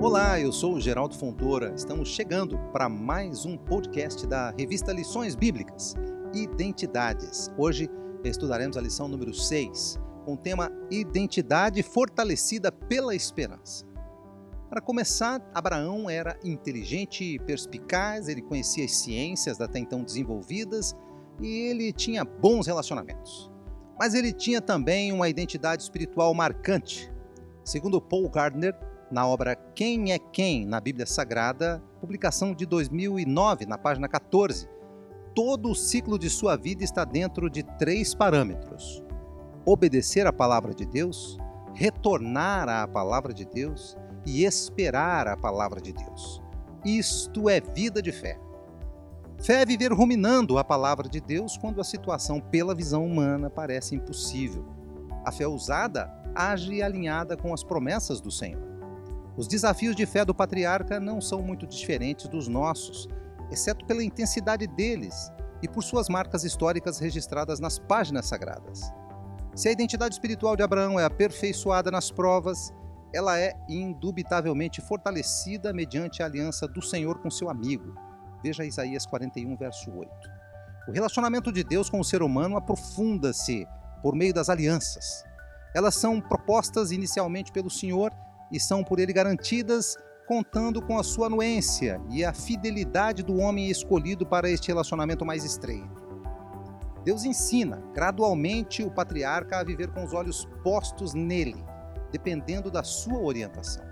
Olá, eu sou o Geraldo Fontoura. Estamos chegando para mais um podcast da revista Lições Bíblicas, Identidades. Hoje estudaremos a lição número 6, com o tema Identidade fortalecida pela esperança. Para começar, Abraão era inteligente e perspicaz, ele conhecia as ciências até então desenvolvidas e ele tinha bons relacionamentos. Mas ele tinha também uma identidade espiritual marcante. Segundo Paul Gardner, na obra Quem é Quem na Bíblia Sagrada, publicação de 2009, na página 14, todo o ciclo de sua vida está dentro de 3 parâmetros: obedecer à palavra de Deus, retornar à palavra de Deus e esperar a palavra de Deus. Isto é vida de fé. Fé é viver ruminando a palavra de Deus quando a situação pela visão humana parece impossível. A fé usada age alinhada com as promessas do Senhor. Os desafios de fé do patriarca não são muito diferentes dos nossos, exceto pela intensidade deles e por suas marcas históricas registradas nas páginas sagradas. Se a identidade espiritual de Abraão é aperfeiçoada nas provas, ela é indubitavelmente fortalecida mediante a aliança do Senhor com seu amigo. Veja Isaías 41, verso 8. O relacionamento de Deus com o ser humano aprofunda-se por meio das alianças. Elas são propostas inicialmente pelo Senhor e são por ele garantidas, contando com a sua anuência e a fidelidade do homem escolhido para este relacionamento mais estreito. Deus ensina gradualmente o patriarca a viver com os olhos postos nele, dependendo da sua orientação.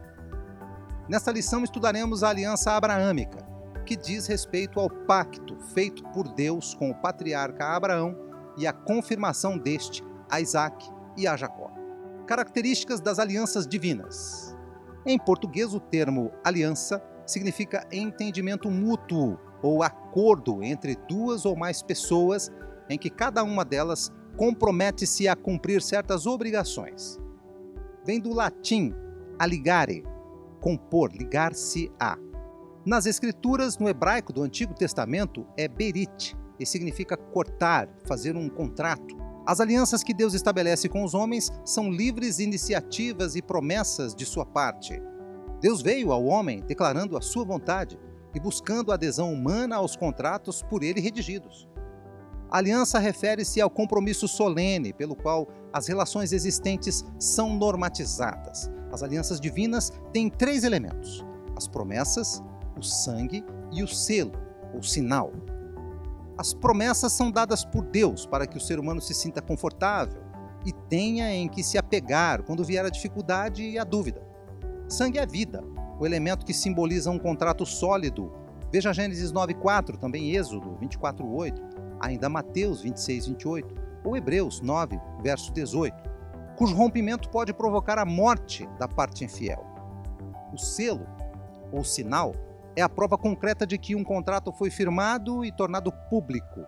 Nesta lição estudaremos a aliança abraâmica, que diz respeito ao pacto feito por Deus com o patriarca Abraão e a confirmação deste a Isaac e a Jacó. Características das alianças divinas. Em português, o termo aliança significa entendimento mútuo ou acordo entre 2 ou mais pessoas em que cada uma delas compromete-se a cumprir certas obrigações. Vem do latim aligare, compor, ligar-se a. Nas escrituras, no hebraico do Antigo Testamento, é berit, e significa cortar, fazer um contrato. As alianças que Deus estabelece com os homens são livres iniciativas e promessas de sua parte. Deus veio ao homem declarando a sua vontade e buscando a adesão humana aos contratos por ele redigidos. A aliança refere-se ao compromisso solene pelo qual as relações existentes são normatizadas. As alianças divinas têm 3 elementos: as promessas, o sangue e o selo, ou sinal. As promessas são dadas por Deus para que o ser humano se sinta confortável e tenha em que se apegar quando vier a dificuldade e a dúvida. Sangue é vida, o elemento que simboliza um contrato sólido. Veja Gênesis 9:4, também Êxodo 24:8, ainda Mateus 26:28 ou Hebreus 9, verso 18, cujo rompimento pode provocar a morte da parte infiel. O selo, ou sinal, é a prova concreta de que um contrato foi firmado e tornado público.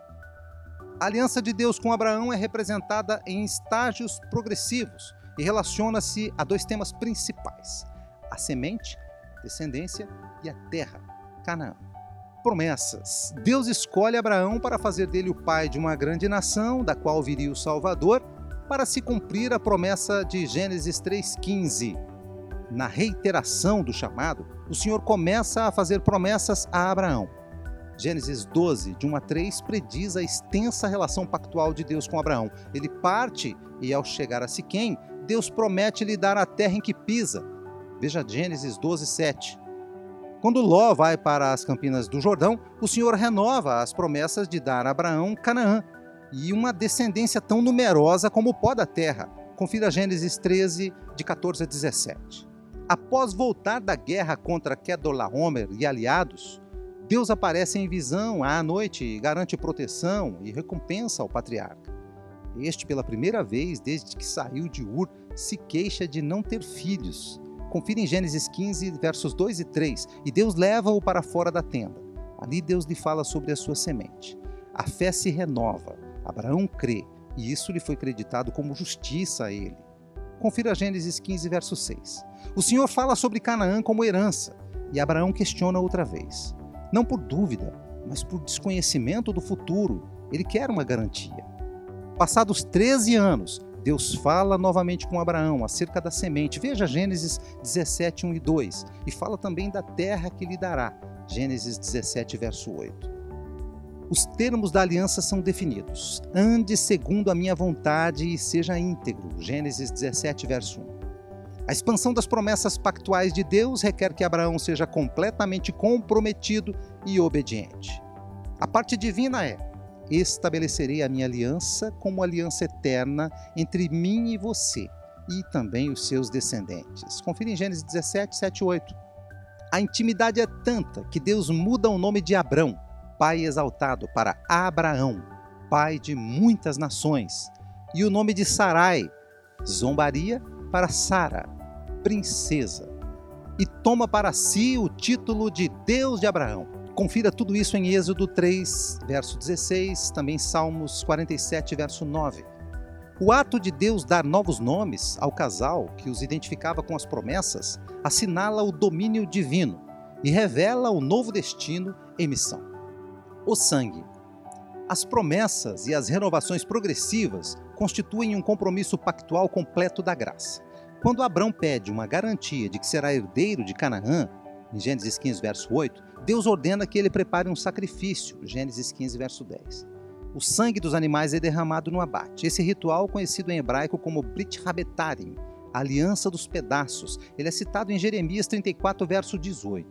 A aliança de Deus com Abraão é representada em estágios progressivos e relaciona-se a 2 temas principais: a semente, descendência, e a terra, Canaã. Promessas. Deus escolhe Abraão para fazer dele o pai de uma grande nação, da qual viria o Salvador, para se cumprir a promessa de Gênesis 3:15. Na reiteração do chamado, o Senhor começa a fazer promessas a Abraão. Gênesis 12, de 1 a 3, prediz a extensa relação pactual de Deus com Abraão. Ele parte e, ao chegar a Siquém, Deus promete lhe dar a terra em que pisa. Veja Gênesis 12, 7. Quando Ló vai para as campinas do Jordão, o Senhor renova as promessas de dar a Abraão Canaã e uma descendência tão numerosa como o pó da terra. Confira Gênesis 13, de 14 a 17. Após voltar da guerra contra Quedorlaomer e aliados, Deus aparece em visão à noite e garante proteção e recompensa ao patriarca. Este, pela primeira vez desde que saiu de Ur, se queixa de não ter filhos. Confira em Gênesis 15, versos 2 e 3, e Deus leva-o para fora da tenda. Ali Deus lhe fala sobre a sua semente. A fé se renova, Abraão crê, e isso lhe foi creditado como justiça a ele. Confira Gênesis 15, verso 6. O Senhor fala sobre Canaã como herança, e Abraão questiona outra vez. Não por dúvida, mas por desconhecimento do futuro. Ele quer uma garantia. Passados 13 anos, Deus fala novamente com Abraão acerca da semente. Veja Gênesis 17, 1 e 2. E fala também da terra que lhe dará. Gênesis 17, verso 8. Os termos da aliança são definidos. Ande segundo a minha vontade e seja íntegro. Gênesis 17, verso 1. A expansão das promessas pactuais de Deus requer que Abraão seja completamente comprometido e obediente. A parte divina é: estabelecerei a minha aliança como aliança eterna entre mim e você, e também os seus descendentes. Confira em Gênesis 17, 7 e 8. A intimidade é tanta que Deus muda o nome de Abrão, pai exaltado, para Abraão, pai de muitas nações, e o nome de Sarai, zombaria, para Sara, princesa, e toma para si o título de Deus de Abraão. Confira tudo isso em Êxodo 3, verso 16, também Salmos 47, verso 9. O ato de Deus dar novos nomes ao casal que os identificava com as promessas assinala o domínio divino e revela o novo destino em missão. O sangue. As promessas e as renovações progressivas constituem um compromisso pactual completo da graça. Quando Abrão pede uma garantia de que será herdeiro de Canaã, em Gênesis 15, verso 8, Deus ordena que ele prepare um sacrifício, Gênesis 15, verso 10. O sangue dos animais é derramado no abate. Esse ritual, conhecido em hebraico como Brit Habetarim, a aliança dos pedaços, ele é citado em Jeremias 34, verso 18.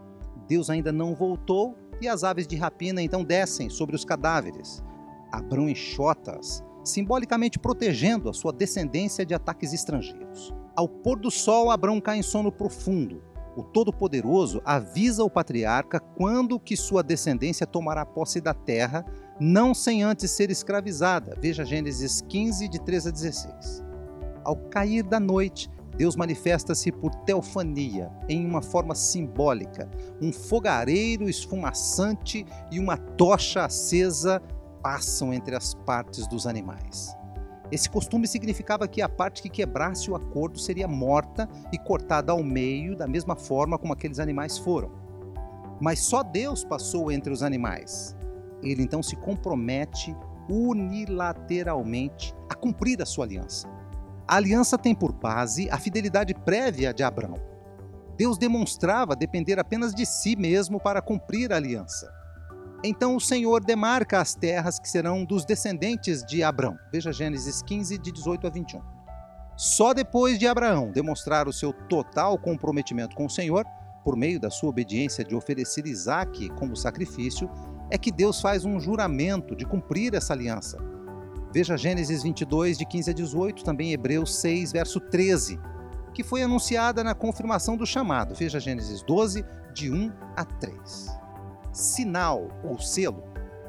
Deus ainda não voltou e as aves de rapina então descem sobre os cadáveres. Abrão enxota-as, simbolicamente protegendo a sua descendência de ataques estrangeiros. Ao pôr do sol, Abrão cai em sono profundo. O Todo-Poderoso avisa o patriarca quando que sua descendência tomará posse da terra, não sem antes ser escravizada. Veja Gênesis 15, de 13 a 16. Ao cair da noite, Deus manifesta-se por teofania, em uma forma simbólica. Um fogareiro esfumaçante e uma tocha acesa passam entre as partes dos animais. Esse costume significava que a parte que quebrasse o acordo seria morta e cortada ao meio, da mesma forma como aqueles animais foram. Mas só Deus passou entre os animais. Ele então se compromete unilateralmente a cumprir a sua aliança. A aliança tem por base a fidelidade prévia de Abrão. Deus demonstrava depender apenas de si mesmo para cumprir a aliança. Então o Senhor demarca as terras que serão dos descendentes de Abrão. Veja Gênesis 15, de 18 a 21. Só depois de Abraão demonstrar o seu total comprometimento com o Senhor, por meio da sua obediência de oferecer Isaque como sacrifício, é que Deus faz um juramento de cumprir essa aliança. Veja Gênesis 22, de 15 a 18, também Hebreus 6, verso 13, que foi anunciada na confirmação do chamado. Veja Gênesis 12, de 1 a 3. Sinal ou selo.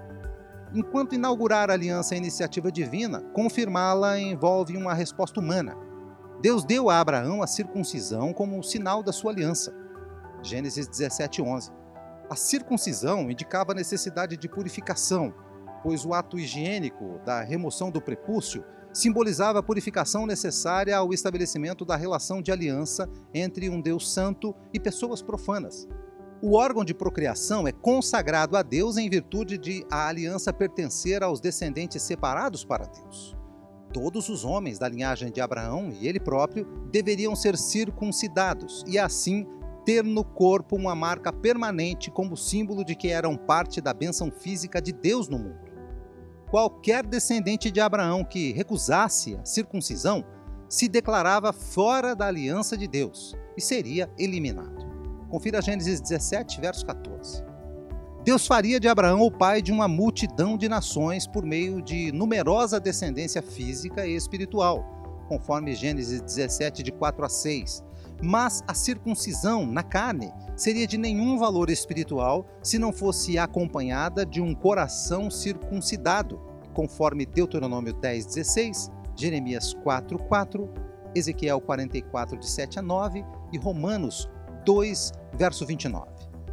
Enquanto inaugurar a aliança é iniciativa divina, confirmá-la envolve uma resposta humana. Deus deu a Abraão a circuncisão como um sinal da sua aliança. Gênesis 17, 11. A circuncisão indicava a necessidade de purificação, pois o ato higiênico da remoção do prepúcio simbolizava a purificação necessária ao estabelecimento da relação de aliança entre um Deus santo e pessoas profanas. O órgão de procriação é consagrado a Deus em virtude de a aliança pertencer aos descendentes separados para Deus. Todos os homens da linhagem de Abraão e ele próprio deveriam ser circuncidados e assim ter no corpo uma marca permanente como símbolo de que eram parte da bênção física de Deus no mundo. Qualquer descendente de Abraão que recusasse a circuncisão se declarava fora da aliança de Deus e seria eliminado. Confira Gênesis 17, verso 14. Deus faria de Abraão o pai de uma multidão de nações por meio de numerosa descendência física e espiritual, conforme Gênesis 17, de 4 a 6. Mas a circuncisão na carne seria de nenhum valor espiritual se não fosse acompanhada de um coração circuncidado, conforme Deuteronômio 10, 16, Jeremias 4, 4, Ezequiel 44, de 7 a 9 e Romanos 2, verso 29.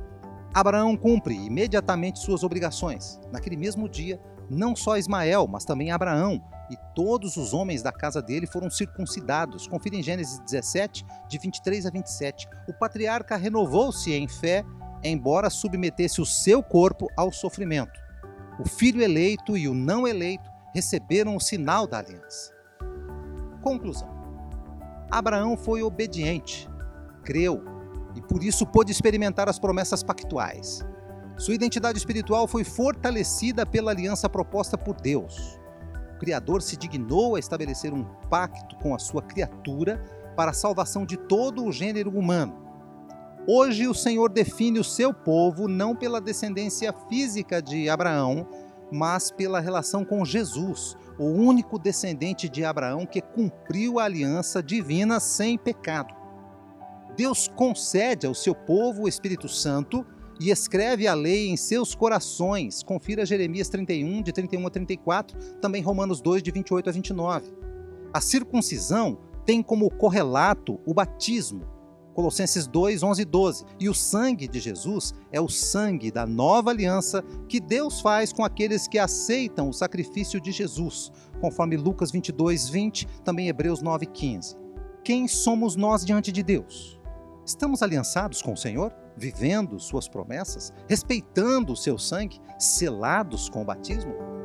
Abraão cumpre imediatamente suas obrigações. Naquele mesmo dia, não só Ismael, mas também Abraão e todos os homens da casa dele foram circuncidados. Confira em Gênesis 17, de 23 a 27. O patriarca renovou-se em fé, embora submetesse o seu corpo ao sofrimento. O filho eleito e o não eleito receberam o sinal da aliança. Conclusão: Abraão foi obediente, creu e por isso pôde experimentar as promessas pactuais. Sua identidade espiritual foi fortalecida pela aliança proposta por Deus. O Criador se dignou a estabelecer um pacto com a sua criatura para a salvação de todo o gênero humano. Hoje o Senhor define o seu povo não pela descendência física de Abraão, mas pela relação com Jesus, o único descendente de Abraão que cumpriu a aliança divina sem pecado. Deus concede ao seu povo o Espírito Santo e escreve a lei em seus corações. Confira Jeremias 31, de 31 a 34, também Romanos 2, de 28 a 29. A circuncisão tem como correlato o batismo, Colossenses 2, 11 e 12. E o sangue de Jesus é o sangue da nova aliança que Deus faz com aqueles que aceitam o sacrifício de Jesus, conforme Lucas 22, 20, também Hebreus 9, 15. Quem somos nós diante de Deus? Estamos aliançados com o Senhor, vivendo suas promessas, respeitando o seu sangue, selados com o batismo?